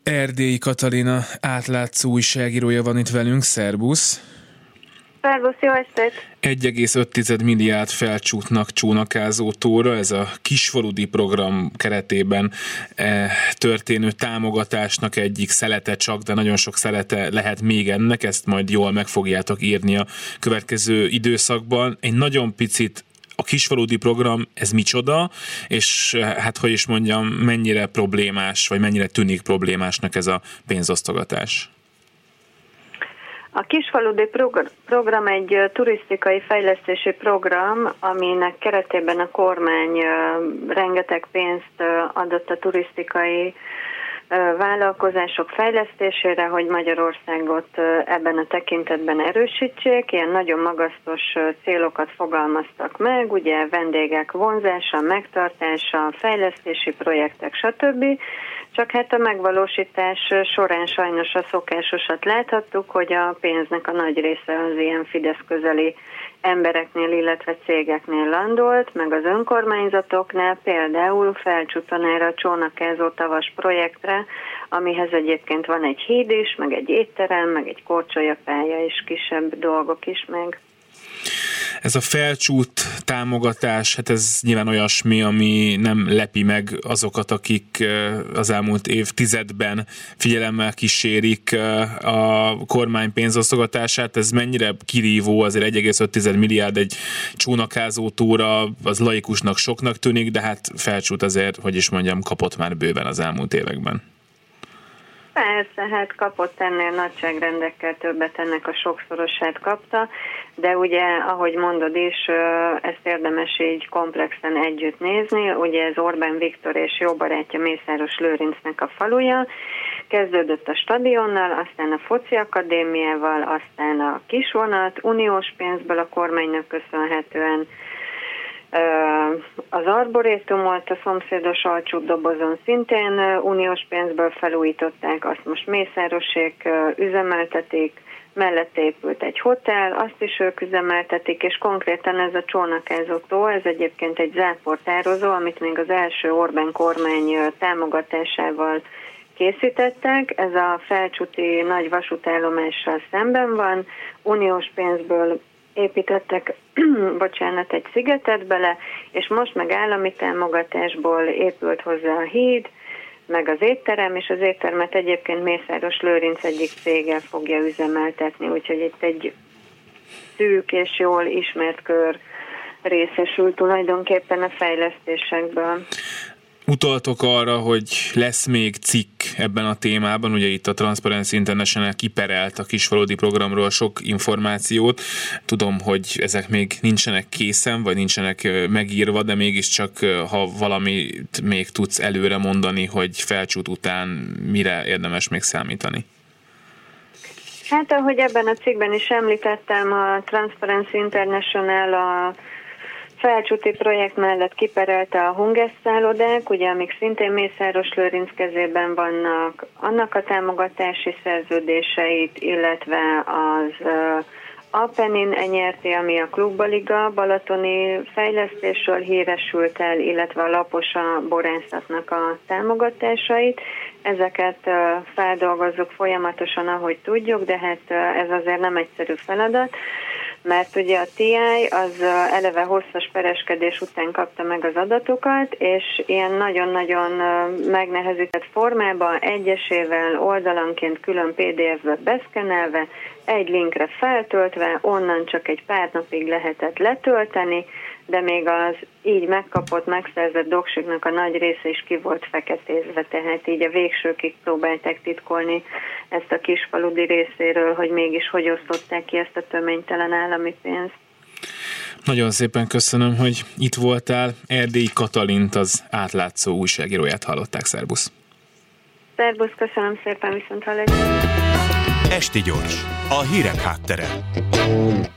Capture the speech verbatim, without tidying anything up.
Erdélyi Katalina átlátszó újságírója van itt velünk, szerbusz! Szervusz, jó estét! egy egész öt milliárd felcsútnak csónakázó tóra, ez a kisfaludi program keretében eh, történő támogatásnak egyik szelete csak, de nagyon sok szelete lehet még ennek, ezt majd jól meg fogjátok írni a következő időszakban. Egy nagyon picit a kisfaludi program, ez micsoda, és hát hogy is mondjam, mennyire problémás, vagy mennyire tűnik problémásnak ez a pénzosztogatás? A kisfaludi program egy turisztikai fejlesztési program, aminek keretében a kormány rengeteg pénzt adott a turisztikai vállalkozások fejlesztésére, hogy Magyarországot ebben a tekintetben erősítsék. Ilyen nagyon magasztos célokat fogalmaztak meg, ugye vendégek vonzása, megtartása, fejlesztési projektek, stb. Csak hát a megvalósítás során sajnos a szokásosat láthattuk, hogy a pénznek a nagy része az ilyen Fidesz közeli embereknél, illetve cégeknél landolt, meg az önkormányzatoknál, például Felcsúton erre a csónakázó tavas projektre, amihez egyébként van egy híd is, meg egy étterem, meg egy korcsolyapálya és kisebb dolgok is meg. Ez a felcsút támogatás, hát ez nyilván olyasmi, ami nem lepi meg azokat, akik az elmúlt évtizedben figyelemmel kísérik a kormány pénzosztogatását. Ez mennyire kirívó, azért egy egész öt milliárd egy csónakázó tóra, az laikusnak soknak tűnik, de hát Felcsút azért, hogy is mondjam, kapott már bőven az elmúlt években. Persze, hát kapott ennél nagyságrendekkel többet, ennek a sokszorosát kapta, de ugye, ahogy mondod is, ezt érdemes így komplexen együtt nézni. Ugye ez Orbán Viktor és jó barátja Mészáros Lőrincnek a faluja. Kezdődött a stadionnal, aztán a foci akadémiával, aztán a kisvonat, uniós pénzből a kormánynak köszönhetően az arborétum volt a szomszédos Alcsútdobozon, szintén uniós pénzből felújították, azt most Mészárosék üzemeltetik, mellette épült egy hotel, azt is ők üzemeltetik, és konkrétan ez a csónakázó tó, ez egyébként egy záportározó, amit még az első Orbán kormány támogatásával készítettek. Ez a felcsúti nagy vasútállomással szemben van, uniós pénzből építettek bocsánat, egy szigetet bele, és most meg állami támogatásból épült hozzá a híd, meg az étterem, és az éttermet egyébként Mészáros Lőrinc egyik céggel fogja üzemeltetni, úgyhogy itt egy szűk és jól ismert kör részesül tulajdonképpen a fejlesztésekből. Utaltok arra, hogy lesz még cikk ebben a témában, ugye itt a Transparency International kiperelt a kisfaludi programról sok információt. Tudom, hogy ezek még nincsenek készen, vagy nincsenek megírva, de mégiscsak, ha valamit még tudsz előre mondani, hogy Felcsút után mire érdemes még számítani? Hát, ahogy ebben a cikkben is említettem, a Transparency International a felcsúti projekt mellett kiperelte a Hunges szállodák, ugye, amik szintén Mészáros Lőrinc kezében vannak, annak a támogatási szerződéseit, illetve az Apennin enyerti, ami a Klubaliga balatoni fejlesztésről híresült el, illetve a Laposa borászatnak a támogatásait. Ezeket feldolgozzuk folyamatosan, ahogy tudjuk, de hát ez azért nem egyszerű feladat, mert ugye a té i az eleve hosszas pereskedés után kapta meg az adatokat, és ilyen nagyon-nagyon megnehezített formában egyesével oldalanként külön pé dé ef-be beszkenelve, egy linkre feltöltve, onnan csak egy pár napig lehetett letölteni, de még az így megkapott, megszerzett doksiknak a nagy része is ki volt feketézve, tehát így a végsőkig próbálták titkolni ezt a kisfaludi részéről, hogy mégis hogy osztották ki ezt a töménytelen állami pénzt. Nagyon szépen köszönöm, hogy itt voltál. Erdélyi Katalint, az átlátszó újságíróját hallották. Szerbusz! Szerbusz, köszönöm szépen, viszont hallásra. Esti gyors, a hírek háttere.